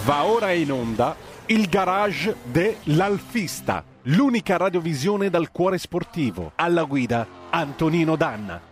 Va ora in onda il garage dell'Alfista, l'unica radiovisione dal cuore sportivo. Alla guida Antonino Danna.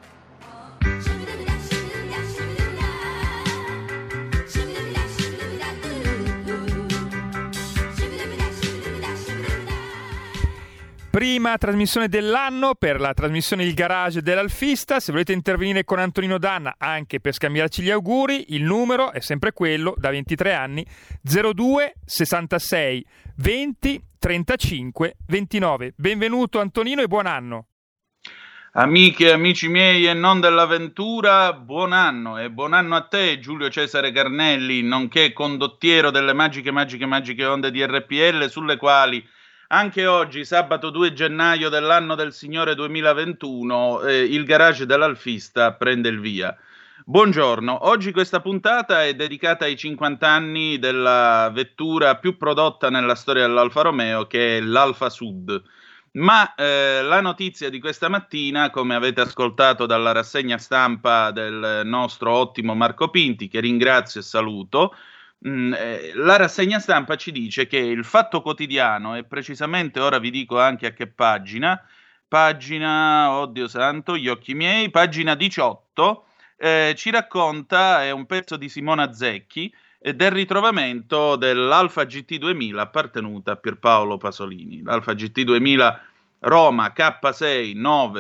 Prima trasmissione dell'anno per la trasmissione Il Garage dell'Alfista. Se volete intervenire con Antonino Danna anche per scambiarci gli auguri, il numero è sempre quello, da 23 anni, 02 66 20 35 29. Benvenuto Antonino e buon anno. Amiche e amici miei e non dell'avventura, buon anno e buon anno a te Giulio Cesare Carnelli, nonché condottiero delle magiche onde di RPL, sulle quali anche oggi, sabato 2 gennaio dell'anno del Signore 2021, il garage dell'Alfista prende il via. Buongiorno, oggi questa puntata è dedicata ai 50 anni della vettura più prodotta nella storia dell'Alfa Romeo, che è l'Alfa Sud. Ma la notizia di questa mattina, come avete ascoltato dalla rassegna stampa del nostro ottimo Marco Pinti, che ringrazio e saluto, la rassegna stampa ci dice che il Fatto Quotidiano, e precisamente ora vi dico anche a che pagina, oddio santo, gli occhi miei, pagina 18, ci racconta, è un pezzo di Simona Zecchi, del ritrovamento dell'Alfa GT 2000 appartenuta a Pierpaolo Pasolini. L'Alfa GT 2000 Roma K6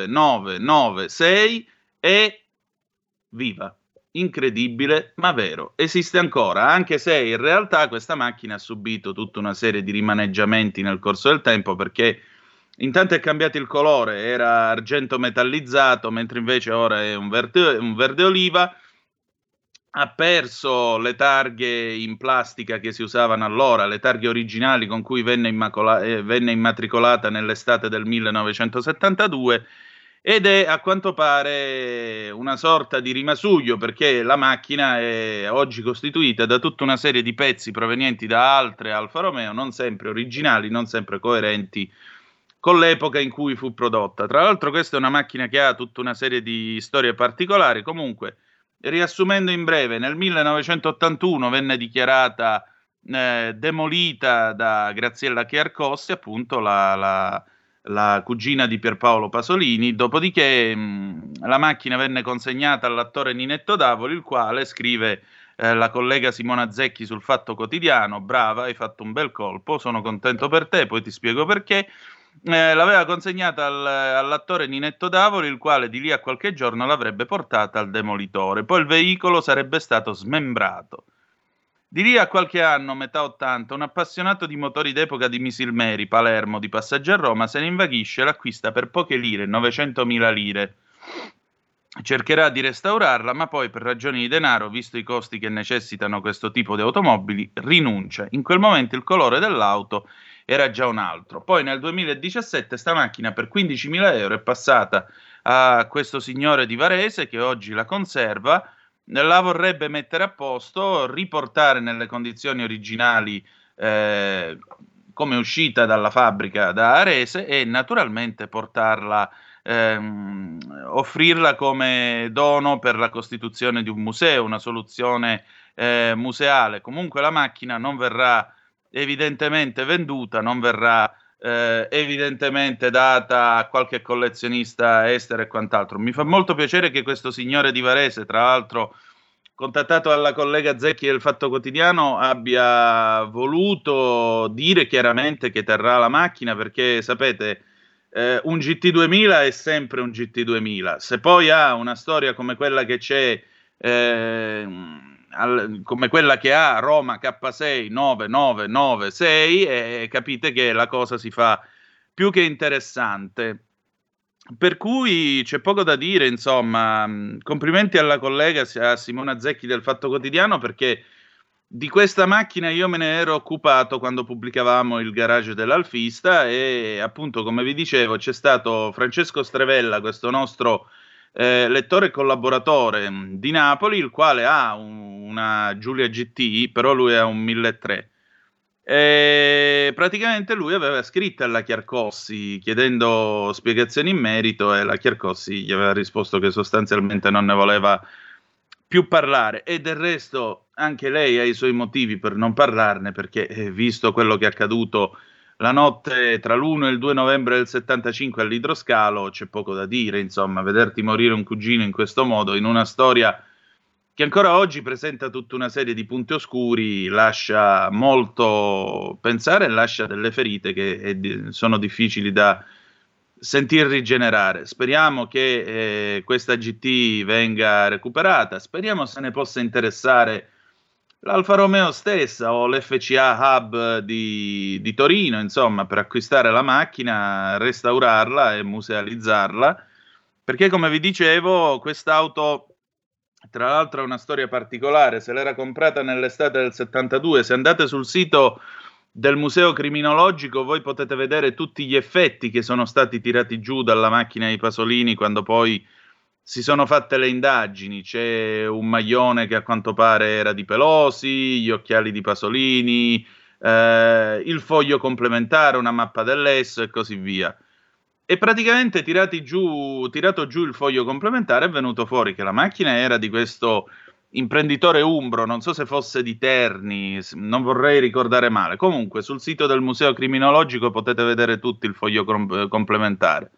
9996 è viva. Incredibile ma vero, esiste ancora, anche se in realtà questa macchina ha subito tutta una serie di rimaneggiamenti nel corso del tempo, perché intanto è cambiato il colore, era argento metallizzato, mentre invece ora è un verde oliva, ha perso le targhe in plastica che si usavano allora, le targhe originali con cui venne immatricolata nell'estate del 1972, ed è a quanto pare una sorta di rimasuglio, perché la macchina è oggi costituita da tutta una serie di pezzi provenienti da altre Alfa Romeo, non sempre originali, non sempre coerenti con l'epoca in cui fu prodotta. Tra l'altro questa è una macchina che ha tutta una serie di storie particolari. Comunque, riassumendo in breve, nel 1981 venne dichiarata demolita da Graziella Chiarcossi, appunto la cugina di Pierpaolo Pasolini, dopodiché la macchina venne consegnata all'attore Ninetto Davoli, il quale, scrive la collega Simona Zecchi sul Fatto Quotidiano, brava, hai fatto un bel colpo, sono contento per te, poi ti spiego perché, l'aveva consegnata all'attore Ninetto Davoli, il quale di lì a qualche giorno l'avrebbe portata al demolitore, poi il veicolo sarebbe stato smembrato. Di lì a qualche anno, metà 80, un appassionato di motori d'epoca di Misilmeri, Palermo, di passaggio a Roma, se ne invaghisce e l'acquista per poche lire, 900.000 lire. Cercherà di restaurarla, ma poi per ragioni di denaro, visto i costi che necessitano questo tipo di automobili, rinuncia. In quel momento il colore dell'auto era già un altro. Poi nel 2017 sta macchina per 15.000 euro è passata a questo signore di Varese, che oggi la conserva, la vorrebbe mettere a posto, riportare nelle condizioni originali come uscita dalla fabbrica da Arese, e naturalmente portarla, offrirla come dono per la costituzione di un museo, una soluzione museale. Comunque la macchina non verrà evidentemente venduta, non verrà evidentemente data a qualche collezionista estero e quant'altro. Mi fa molto piacere che questo signore di Varese, tra l'altro contattato dalla collega Zecchi del Fatto Quotidiano, abbia voluto dire chiaramente che terrà la macchina, perché sapete, un GT2000 è sempre un GT2000. Se poi ha una storia come quella che c'è, come quella che ha Roma K6 9996, capite che la cosa si fa più che interessante. Per cui c'è poco da dire, insomma. Complimenti alla collega, a Simona Zecchi del Fatto Quotidiano, perché di questa macchina io me ne ero occupato quando pubblicavamo il garage dell'Alfista, e appunto, come vi dicevo, c'è stato Francesco Strevella, questo nostro lettore e collaboratore di Napoli, il quale ha una Giulia GT, però lui ha un 1300. E praticamente lui aveva scritto alla Chiarcossi chiedendo spiegazioni in merito, e la Chiarcossi gli aveva risposto che sostanzialmente non ne voleva più parlare, e del resto anche lei ha i suoi motivi per non parlarne, perché visto quello che è accaduto la notte tra l'1 e il 2 novembre del 75 all'Idroscalo, c'è poco da dire, insomma, vederti morire un cugino in questo modo, in una storia che ancora oggi presenta tutta una serie di punti oscuri, lascia molto pensare e lascia delle ferite che sono difficili da sentir rigenerare. Speriamo che questa GT venga recuperata, speriamo se ne possa interessare l'Alfa Romeo stessa o l'FCA Hub di Torino, insomma, per acquistare la macchina, restaurarla e musealizzarla, perché come vi dicevo quest'auto tra l'altro è una storia particolare, se l'era comprata nell'estate del 72, se andate sul sito del Museo Criminologico voi potete vedere tutti gli effetti che sono stati tirati giù dalla macchina di Pasolini quando poi si sono fatte le indagini. C'è un maglione che a quanto pare era di Pelosi, gli occhiali di Pasolini, il foglio complementare, una mappa dell'ESSO e così via. E praticamente tirato giù il foglio complementare è venuto fuori che la macchina era di questo imprenditore umbro, non so se fosse di Terni, non vorrei ricordare male. Comunque sul sito del Museo Criminologico potete vedere tutto il foglio complementare.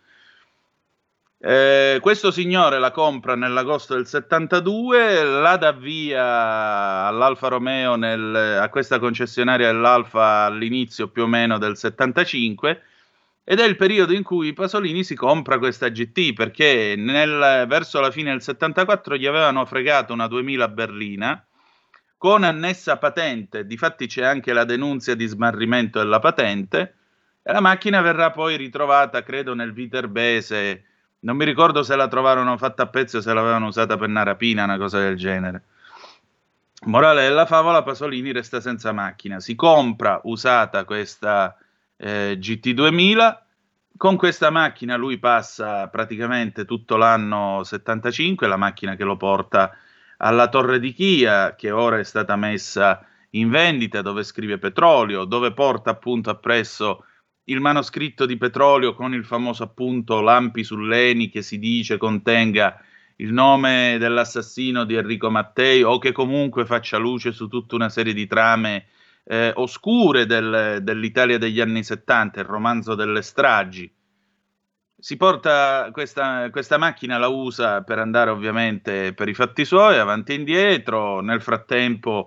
Questo signore la compra nell'agosto del 72, la dà via all'Alfa Romeo, a questa concessionaria dell'Alfa all'inizio più o meno del 75, ed è il periodo in cui Pasolini si compra questa GT, perché verso la fine del 74 gli avevano fregato una 2000 berlina con annessa patente, difatti c'è anche la denunzia di smarrimento della patente, e la macchina verrà poi ritrovata, credo, nel Viterbese. Non mi ricordo se la trovarono fatta a pezzi o se l'avevano usata per una rapina, una cosa del genere. Morale della favola, Pasolini resta senza macchina, si compra usata questa GT 2000, con questa macchina lui passa praticamente tutto l'anno 75, la macchina che lo porta alla Torre di Chia, che ora è stata messa in vendita, dove scrive Petrolio, dove porta appunto appresso il manoscritto di Petrolio con il famoso appunto Lampi sull'Eni, che si dice contenga il nome dell'assassino di Enrico Mattei, o che comunque faccia luce su tutta una serie di trame oscure dell'Italia degli anni 70, il romanzo delle stragi. Si porta questa macchina, la usa per andare ovviamente per i fatti suoi, avanti e indietro. Nel frattempo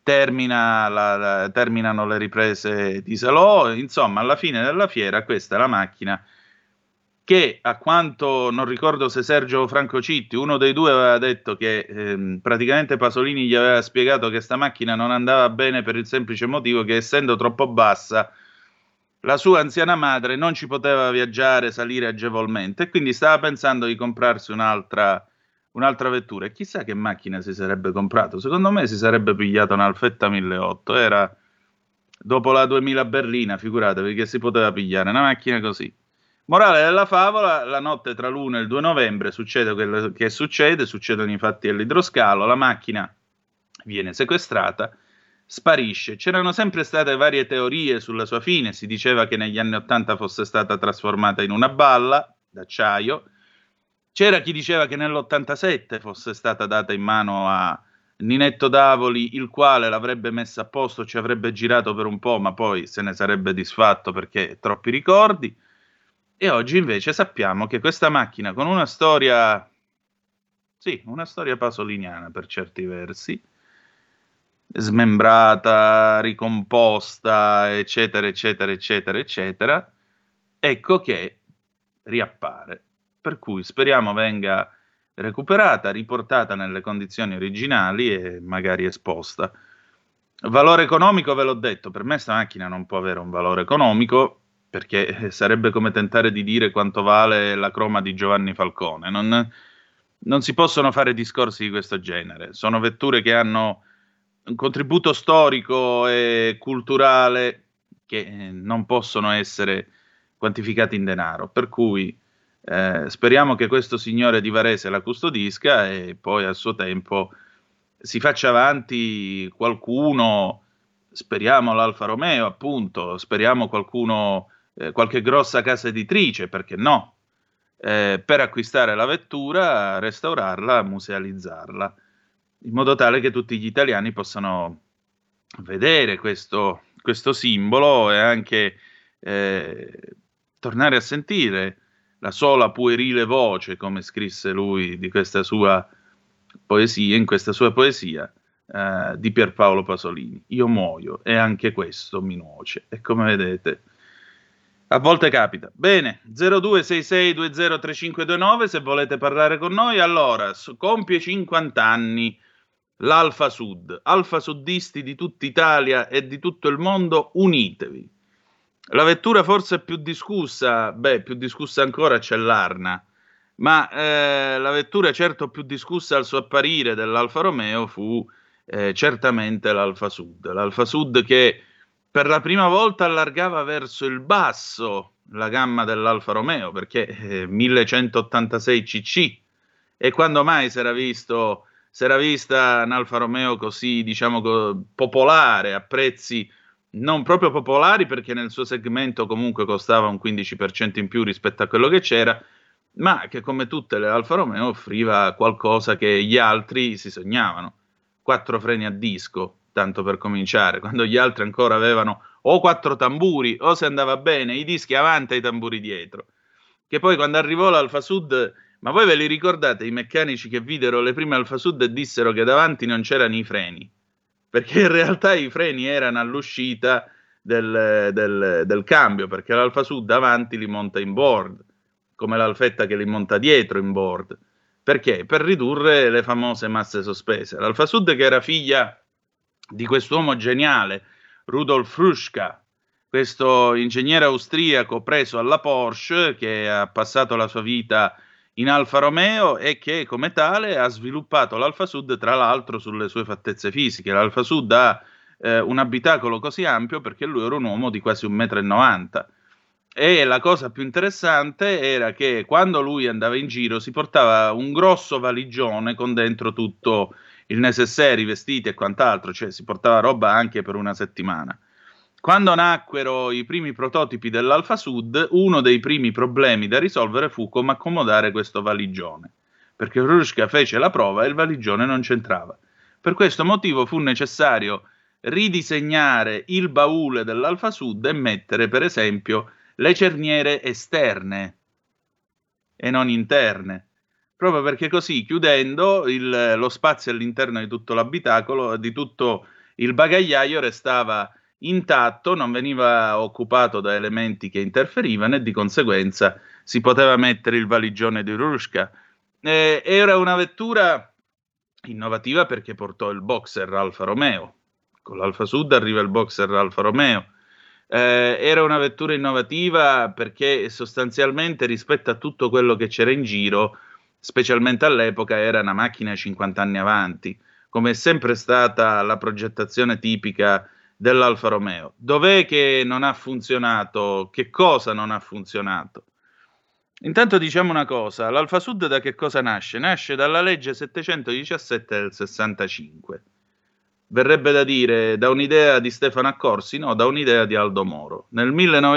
terminano le riprese di Salò, insomma alla fine della fiera questa è la macchina che, a quanto non ricordo se Sergio Franco Citti, uno dei due, aveva detto che praticamente Pasolini gli aveva spiegato che sta macchina non andava bene per il semplice motivo che, essendo troppo bassa, la sua anziana madre non ci poteva viaggiare, salire agevolmente, e quindi stava pensando di comprarsi un'altra vettura. E chissà che macchina si sarebbe comprato. Secondo me si sarebbe pigliato un Alfetta 1008, era dopo la 2000 berlina, figuratevi che si poteva pigliare una macchina così. Morale della favola, la notte tra l'1 e il 2 novembre succede quello che succedono i fatti all'Idroscalo, la macchina viene sequestrata, sparisce. C'erano sempre state varie teorie sulla sua fine, si diceva che negli anni 80 fosse stata trasformata in una balla d'acciaio, c'era chi diceva che nell'87 fosse stata data in mano a Ninetto Davoli, il quale l'avrebbe messa a posto, ci avrebbe girato per un po', ma poi se ne sarebbe disfatto perché troppi ricordi. E oggi invece sappiamo che questa macchina, con una storia pasoliniana per certi versi, smembrata, ricomposta, eccetera, eccetera, eccetera, eccetera, ecco che riappare. Per cui speriamo venga recuperata, riportata nelle condizioni originali e magari esposta. Valore economico, ve l'ho detto, per me questa macchina non può avere un valore economico, perché sarebbe come tentare di dire quanto vale la croma di Giovanni Falcone. Non si possono fare discorsi di questo genere. Sono vetture che hanno un contributo storico e culturale che non possono essere quantificati in denaro. Per cui speriamo che questo signore di Varese la custodisca e poi a suo tempo si faccia avanti qualcuno, speriamo l'Alfa Romeo appunto, speriamo qualcuno, qualche grossa casa editrice, perché no, per acquistare la vettura, restaurarla, musealizzarla. in modo tale che tutti gli italiani possano vedere questo simbolo e anche tornare a sentire la sola puerile voce, come scrisse lui di questa sua poesia, in questa sua poesia, di Pierpaolo Pasolini. Io muoio e anche questo mi nuoce. E come vedete, a volte capita. Bene, 0266203529 se volete parlare con noi. Allora, compie 50 anni l'Alfa Sud. Alfa Sudisti di tutta Italia e di tutto il mondo, unitevi. La vettura forse più discussa, più discussa ancora c'è l'Arna, ma la vettura certo più discussa al suo apparire dell'Alfa Romeo fu certamente l'Alfa Sud. L'Alfa Sud che per la prima volta allargava verso il basso la gamma dell'Alfa Romeo, perché 1186 cc, e quando mai si era vista un'Alfa Romeo così, diciamo, popolare, a prezzi non proprio popolari, perché nel suo segmento comunque costava un 15% in più rispetto a quello che c'era, ma che come tutte le Alfa Romeo offriva qualcosa che gli altri si sognavano. 4 freni a disco, tanto per cominciare, quando gli altri ancora avevano o 4 tamburi, o se andava bene, i dischi avanti e i tamburi dietro. Che poi quando arrivò l'Alfa Sud, ma voi ve li ricordate i meccanici che videro le prime Alfa Sud e dissero che davanti non c'erano i freni? Perché in realtà i freni erano all'uscita del cambio, perché l'Alfa Sud davanti li monta in board, come l'Alfetta che li monta dietro in board. Perché? Per ridurre le famose masse sospese. L'Alfa Sud, che era figlia di quest'uomo geniale, Rudolf Hruška, questo ingegnere austriaco preso alla Porsche, che ha passato la sua vita in Alfa Romeo e che come tale ha sviluppato l'Alfa Sud, tra l'altro, sulle sue fattezze fisiche. L'Alfa Sud ha un abitacolo così ampio perché lui era un uomo di quasi 1,90 m. E la cosa più interessante era che quando lui andava in giro si portava un grosso valigione con dentro tutto il necessaire, i vestiti e quant'altro, cioè si portava roba anche per una settimana. Quando nacquero i primi prototipi dell'Alfa Sud, uno dei primi problemi da risolvere fu come accomodare questo valigione, perché Hruška fece la prova e il valigione non c'entrava. Per questo motivo fu necessario ridisegnare il baule dell'Alfa Sud e mettere, per esempio, le cerniere esterne e non interne, proprio perché così, chiudendo, lo spazio all'interno di tutto l'abitacolo, di tutto il bagagliaio, restava intatto, non veniva occupato da elementi che interferivano e di conseguenza si poteva mettere il valigione di Hruška. Era una vettura innovativa perché portò il boxer Alfa Romeo. Con l'Alfa Sud arriva il boxer Alfa Romeo. Era una vettura innovativa perché sostanzialmente, rispetto a tutto quello che c'era in giro, specialmente all'epoca, era una macchina 50 anni avanti, come è sempre stata la progettazione tipica dell'Alfa Romeo. Dov'è che non ha funzionato? Che cosa non ha funzionato? Intanto diciamo una cosa: l'Alfa Sud da che cosa nasce? Nasce dalla legge 717 del 65. Verrebbe da dire da un'idea di Stefano Accorsi, no, da un'idea di Aldo Moro. Nel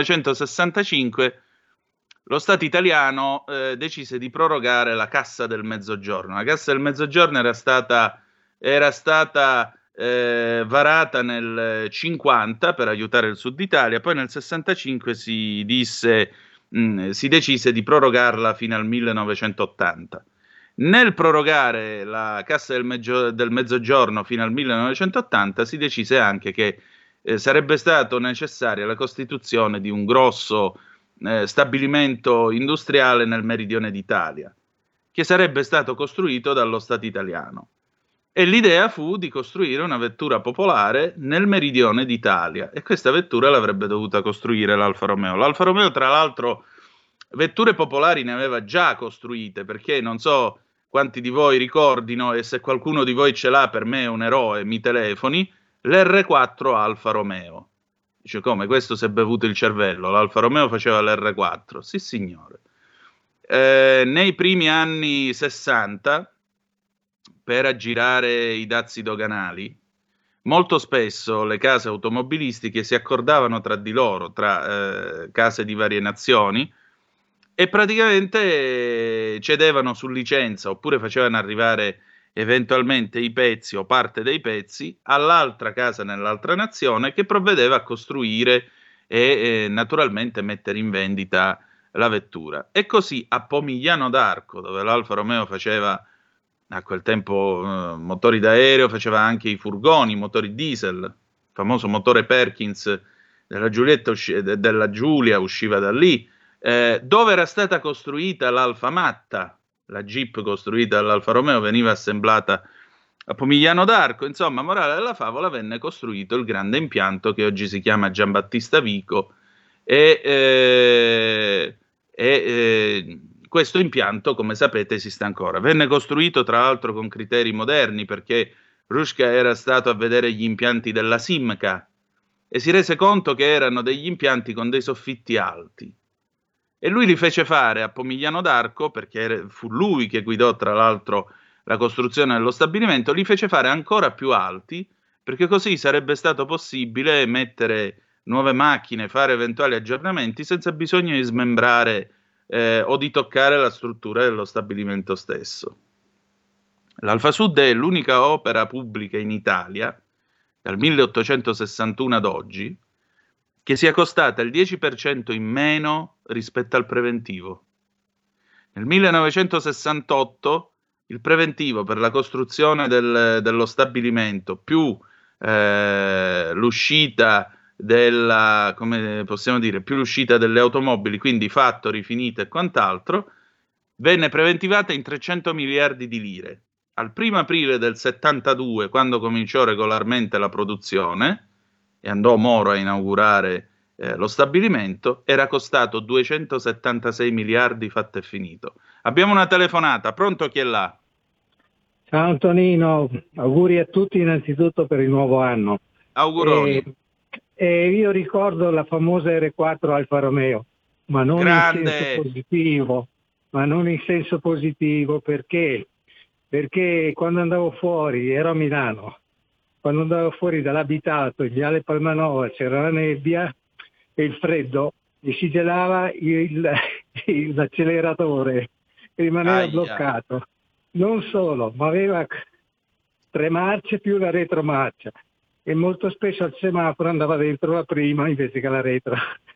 1965 lo Stato italiano decise di prorogare la Cassa del Mezzogiorno. La Cassa del Mezzogiorno era stata varata nel 50 per aiutare il Sud Italia, poi nel 65 si decise di prorogarla fino al 1980. Nel prorogare la Cassa del Mezzogiorno fino al 1980 si decise anche che sarebbe stato necessaria la costituzione di un grosso stabilimento industriale nel meridione d'Italia, che sarebbe stato costruito dallo Stato italiano. E l'idea fu di costruire una vettura popolare nel meridione d'Italia, e questa vettura l'avrebbe dovuta costruire l'Alfa Romeo. L'Alfa Romeo, tra l'altro, vetture popolari ne aveva già costruite, perché non so quanti di voi ricordino, e se qualcuno di voi ce l'ha, per me è un eroe, mi telefoni, l'R4 Alfa Romeo. Dice, come, questo si è bevuto il cervello? L'Alfa Romeo faceva l'R4? Sì, signore. Nei primi anni 60, per aggirare i dazi doganali, molto spesso le case automobilistiche si accordavano tra di loro, tra case di varie nazioni, e praticamente cedevano su licenza, oppure facevano arrivare eventualmente i pezzi o parte dei pezzi all'altra casa nell'altra nazione che provvedeva a costruire e naturalmente mettere in vendita la vettura. E così a Pomigliano d'Arco, dove l'Alfa Romeo faceva a quel tempo motori d'aereo, faceva anche i furgoni, motori diesel, il famoso motore Perkins della Giulia usciva da lì, dove era stata costruita l'Alfa Matta, la Jeep costruita dall'Alfa Romeo veniva assemblata a Pomigliano d'Arco. Insomma, morale della favola, venne costruito il grande impianto che oggi si chiama Giambattista Vico e questo impianto, come sapete, esiste ancora. Venne costruito tra l'altro con criteri moderni, perché Hruška era stato a vedere gli impianti della Simca e si rese conto che erano degli impianti con dei soffitti alti. E lui li fece fare a Pomigliano d'Arco, perché fu lui che guidò tra l'altro la costruzione dello stabilimento, li fece fare ancora più alti, perché così sarebbe stato possibile mettere nuove macchine, fare eventuali aggiornamenti senza bisogno di smembrare o di toccare la struttura dello stabilimento stesso. L'Alfa Sud è l'unica opera pubblica in Italia, dal 1861 ad oggi, che sia costata il 10% in meno rispetto al preventivo. Nel 1968 il preventivo per la costruzione dello stabilimento più l'uscita come possiamo dire, più l'uscita delle automobili, quindi fattori, finite e quant'altro, venne preventivata in 300 miliardi di lire. Al 1 aprile del 72, quando cominciò regolarmente la produzione e andò Moro a inaugurare lo stabilimento, era costato 276 miliardi fatto e finito. Abbiamo una telefonata, pronto, chi è là? Ciao Antonino, auguri a tutti innanzitutto per il nuovo anno. Auguroni. Io ricordo la famosa R4 Alfa Romeo, ma non Grande. in senso positivo, perché quando andavo fuori, ero a Milano, quando andavo fuori dall'abitato, in Viale Palmanova, c'era la nebbia e il freddo, mi si gelava l'acceleratore, rimaneva bloccato. Non solo, ma aveva 3 marce più la retromarcia. E molto spesso al semaforo andava dentro la prima invece che la retro.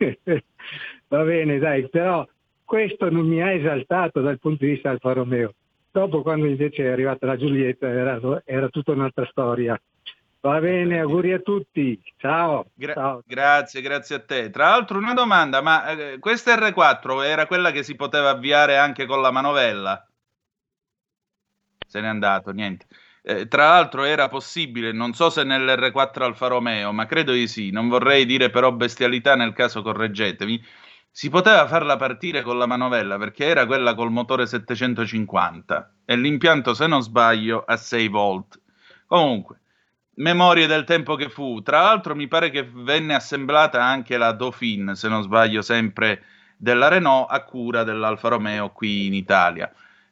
Va bene, dai, però questo non mi ha esaltato dal punto di vista Alfa Romeo. Dopo, quando invece è arrivata la Giulietta, era tutta un'altra storia. Va bene, auguri a tutti. Ciao. Ciao. Grazie a te. Tra l'altro una domanda, ma questa R4 era quella che si poteva avviare anche con la manovella? Se n'è andato, niente. Tra l'altro era possibile, non so se nell'R4 Alfa Romeo, ma credo di sì, non vorrei dire però bestialità, nel caso correggetemi, si poteva farla partire con la manovella perché era quella col motore 750 e l'impianto, se non sbaglio, a 6 volt. Comunque, memorie del tempo che fu. Tra l'altro mi pare che venne assemblata anche la Dauphine, se non sbaglio, sempre della Renault, a cura dell'Alfa Romeo qui in Italia.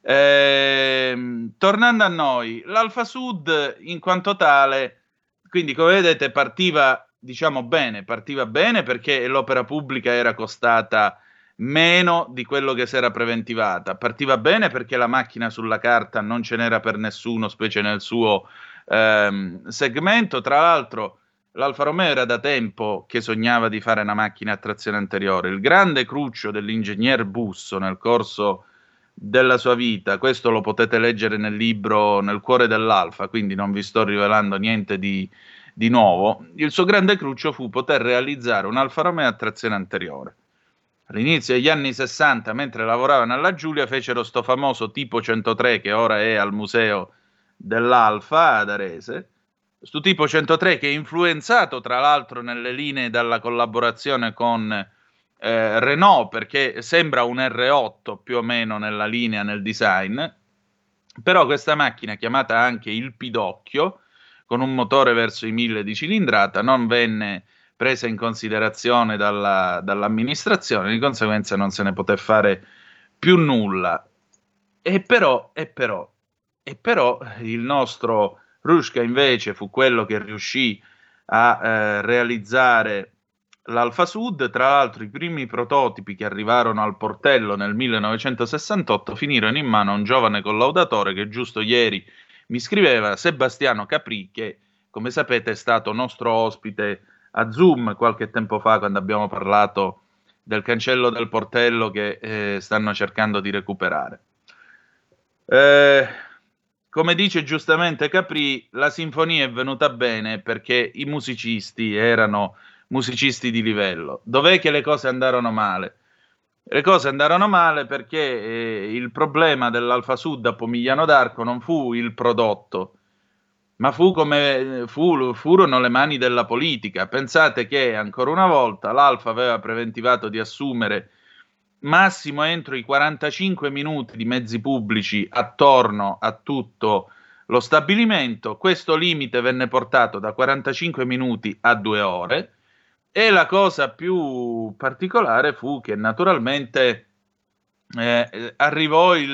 Tornando a noi, l'Alfa Sud in quanto tale, quindi come vedete partiva bene perché l'opera pubblica era costata meno di quello che si era preventivata, partiva bene perché la macchina sulla carta non ce n'era per nessuno, specie nel suo segmento. Tra l'altro l'Alfa Romeo era da tempo che sognava di fare una macchina a trazione anteriore. Il grande cruccio dell'ingegner Busso nel corso della sua vita, questo lo potete leggere nel libro Nel cuore dell'Alfa, quindi non vi sto rivelando niente di nuovo. Il suo grande cruccio fu poter realizzare un Alfa Romeo a trazione anteriore. All'inizio degli anni 60, mentre lavoravano alla Giulia, fecero sto famoso tipo 103 che ora è al museo dell'Alfa ad Arese. Sto tipo 103 che è influenzato tra l'altro nelle linee dalla collaborazione con Renault, perché sembra un R8 più o meno nella linea, nel design, però questa macchina, chiamata anche il Pidocchio, con un motore verso i 1000 di cilindrata, non venne presa in considerazione dall'amministrazione, di conseguenza non se ne poté fare più nulla. E però il nostro Hruška invece fu quello che riuscì a realizzare l'Alfa Sud. Tra l'altro i primi prototipi che arrivarono al portello nel 1968 finirono in mano a un giovane collaudatore che giusto ieri mi scriveva Sebastiano Capri, che come sapete è stato nostro ospite a Zoom qualche tempo fa quando abbiamo parlato del cancello del portello che stanno cercando di recuperare. Come dice giustamente Capri, la sinfonia è venuta bene perché i musicisti erano musicisti di livello. Dov'è che le cose andarono male? Le cose andarono male perché il problema dell'Alfa Sud a Pomigliano d'Arco non fu il prodotto, ma furono le mani della politica. Pensate che ancora una volta l'Alfa aveva preventivato di assumere massimo entro i 45 minuti di mezzi pubblici attorno a tutto lo stabilimento. Questo limite venne portato da 45 minuti a 2 ore e la cosa più particolare fu che naturalmente arrivò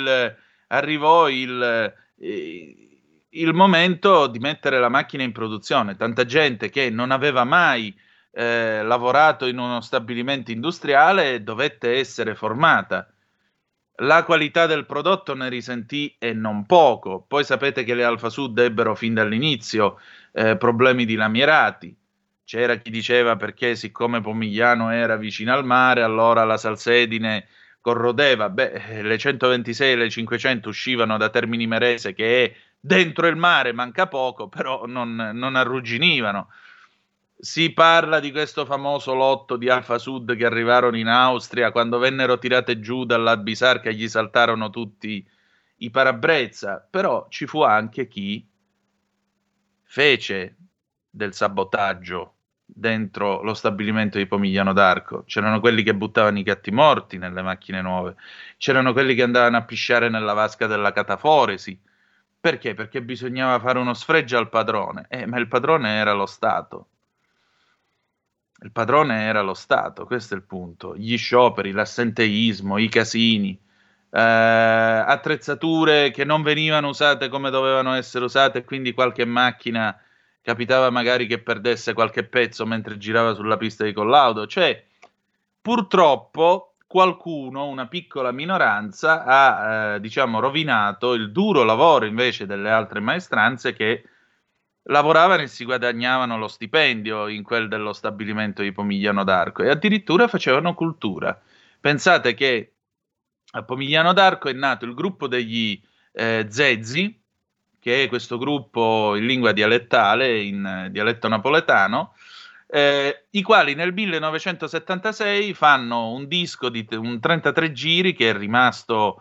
il momento di mettere la macchina in produzione. Tanta gente che non aveva mai lavorato in uno stabilimento industriale dovette essere formata. La qualità del prodotto ne risentì e non poco. Poi sapete che le Alfa Sud ebbero fin dall'inizio problemi di lamierati. C'era chi diceva perché siccome Pomigliano era vicino al mare allora la salsedine corrodeva. Beh, le 126 e le 500 uscivano da Termini Imerese, che è dentro il mare, manca poco, però non arrugginivano. Si parla di questo famoso lotto di Alfa Sud che arrivarono in Austria, quando vennero tirate giù dall'Albisarca gli saltarono tutti i parabrezza, però ci fu anche chi fece del sabotaggio dentro lo stabilimento di Pomigliano d'Arco. C'erano quelli che buttavano i gatti morti nelle macchine nuove, c'erano quelli che andavano a pisciare nella vasca della cataforesi. Perché? Perché bisognava fare uno sfregio al padrone, ma il padrone era lo Stato. Il padrone era lo Stato, questo è il punto. Gli scioperi, l'assenteismo, i casini, attrezzature che non venivano usate come dovevano essere usate, e quindi qualche macchina capitava magari che perdesse qualche pezzo mentre girava sulla pista di collaudo. Cioè, purtroppo qualcuno, una piccola minoranza, ha rovinato il duro lavoro invece delle altre maestranze che lavoravano e si guadagnavano lo stipendio in quel dello stabilimento di Pomigliano d'Arco e addirittura facevano cultura. Pensate che a Pomigliano d'Arco è nato il gruppo degli Zezzi, che è questo gruppo in lingua dialettale, in dialetto napoletano, i quali nel 1976 fanno un disco di un 33 giri che è rimasto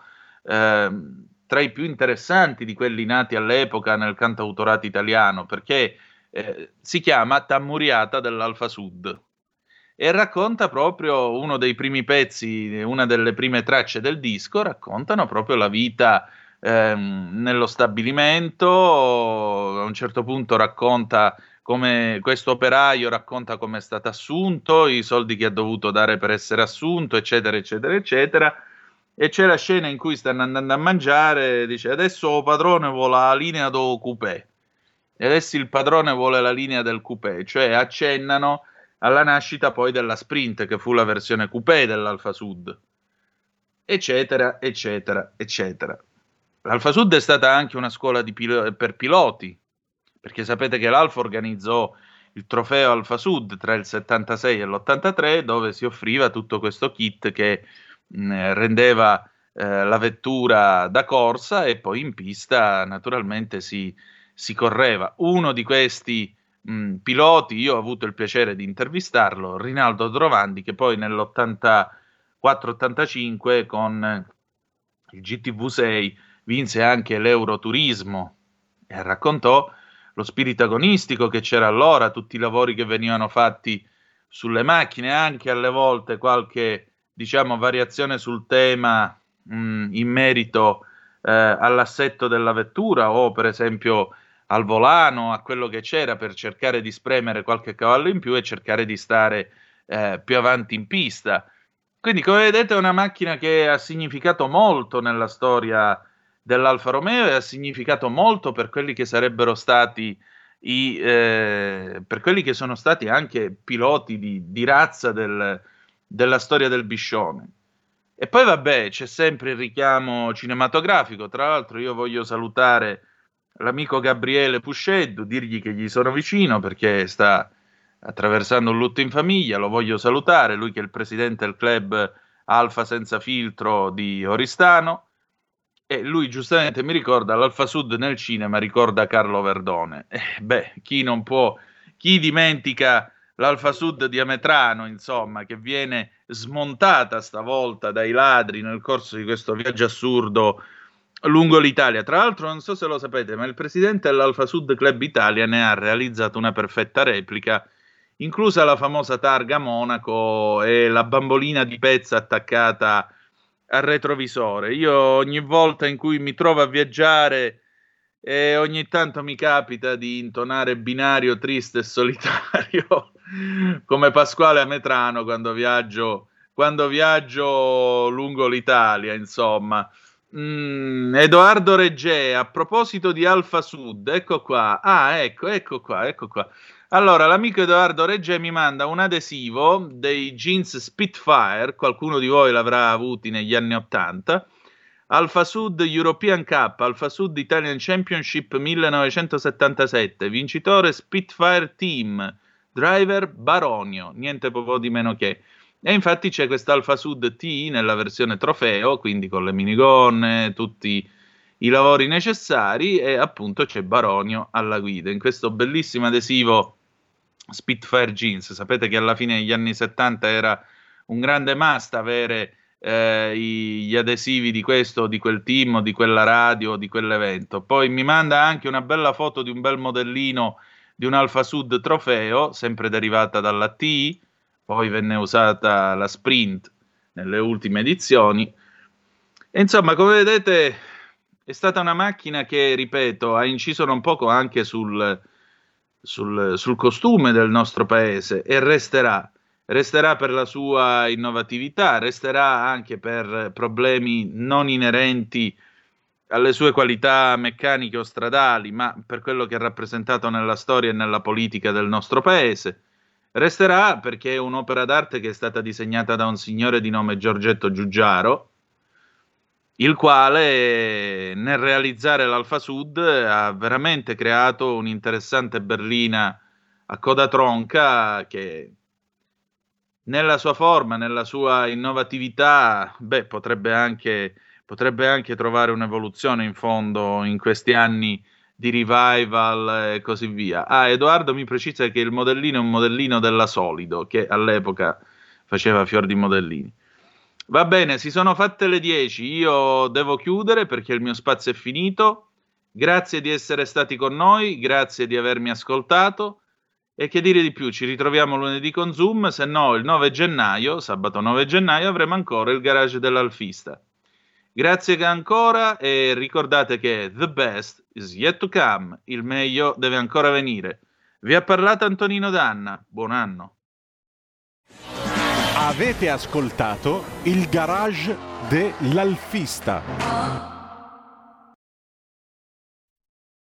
tra i più interessanti di quelli nati all'epoca nel cantautorato italiano, perché si chiama Tammuriata dell'Alfa Sud e racconta proprio uno dei primi pezzi, una delle prime tracce del disco, raccontano proprio la vita nello stabilimento. A un certo punto racconta come questo operaio racconta come è stato assunto, i soldi che ha dovuto dare per essere assunto, eccetera, eccetera, eccetera. E c'è la scena in cui stanno andando a mangiare, dice adesso il padrone vuole la linea del coupé e adesso il padrone vuole la linea del coupé, cioè accennano alla nascita poi della Sprint, che fu la versione coupé dell'Alfa Sud, eccetera, eccetera, eccetera. L'Alfa Sud è stata anche una scuola per piloti, perché sapete che l'Alfa organizzò il trofeo Alfa Sud tra il 76 e l'83, dove si offriva tutto questo kit che rendeva la vettura da corsa e poi in pista naturalmente si correva. Uno di questi piloti, io ho avuto il piacere di intervistarlo, Rinaldo Drovandi, che poi nell'84-85 con il GTV6 vinse anche l'Euroturismo e raccontò lo spirito agonistico che c'era allora, tutti i lavori che venivano fatti sulle macchine, anche alle volte qualche variazione sul tema in merito all'assetto della vettura o per esempio al volano, a quello che c'era per cercare di spremere qualche cavallo in più e cercare di stare più avanti in pista. Quindi come vedete è una macchina che ha significato molto nella storia dell'Alfa Romeo e ha significato molto per quelli che sarebbero stati per quelli che sono stati anche piloti di razza della storia del Biscione. E poi vabbè, c'è sempre il richiamo cinematografico. Tra l'altro io voglio salutare l'amico Gabriele Pusceddu, dirgli che gli sono vicino perché sta attraversando un lutto in famiglia, lo voglio salutare, lui che è il presidente del club Alfa Senza Filtro di Oristano, e lui giustamente mi ricorda l'Alfa Sud nel cinema, ricorda Carlo Verdone. Chi dimentica l'Alfa Sud di Ametrano, insomma, che viene smontata stavolta dai ladri nel corso di questo viaggio assurdo lungo l'Italia. Tra l'altro, non so se lo sapete, ma il presidente dell'Alfa Sud Club Italia ne ha realizzato una perfetta replica, inclusa la famosa targa Monaco e la bambolina di pezza attaccata al retrovisore. Io ogni volta in cui mi trovo a viaggiare e ogni tanto mi capita di intonare Binario triste e solitario come Pasquale Ametrano quando viaggio lungo l'Italia, insomma. Edoardo Reggè, a proposito di Alfa Sud, ecco qua. Ecco qua. Allora, l'amico Edoardo Reggè mi manda un adesivo dei jeans Spitfire, qualcuno di voi l'avrà avuti negli anni '80, Alfa Sud European Cup, Alfa Sud Italian Championship 1977, vincitore Spitfire Team, driver Baronio, niente po' di meno che. E infatti c'è questa Alfa Sud T nella versione trofeo, quindi con le minigonne, tutti i lavori necessari, e appunto c'è Baronio alla guida in questo bellissimo adesivo Spitfire Jeans. Sapete che alla fine degli anni 70 era un grande must avere gli adesivi di questo o di quel team o di quella radio o di quell'evento. Poi mi manda anche una bella foto di un bel modellino di un Alfa Sud trofeo, sempre derivata dalla T, poi venne usata la Sprint nelle ultime edizioni. E insomma, come vedete, è stata una macchina che, ripeto, ha inciso non poco anche sul costume del nostro paese, e resterà per la sua innovatività, resterà anche per problemi non inerenti alle sue qualità meccaniche o stradali, ma per quello che ha rappresentato nella storia e nella politica del nostro paese. Resterà perché è un'opera d'arte che è stata disegnata da un signore di nome Giorgetto Giugiaro, il quale nel realizzare l'Alfa Sud ha veramente creato un'interessante berlina a coda tronca che nella sua forma, nella sua innovatività, potrebbe anche trovare un'evoluzione in fondo in questi anni di revival e così via. Edoardo mi precisa che il modellino è un modellino della Solido, che all'epoca faceva fior di modellini. Va bene, si sono fatte le 10, io devo chiudere perché il mio spazio è finito. Grazie di essere stati con noi, grazie di avermi ascoltato, e che dire di più, ci ritroviamo lunedì con Zoom, se no il 9 gennaio, sabato 9 gennaio, avremo ancora il garage dell'Alfista. Grazie ancora, e ricordate che the best is yet to come, il meglio deve ancora venire. Vi ha parlato Antonino Danna, buon anno. Avete ascoltato il garage dell'Alfista.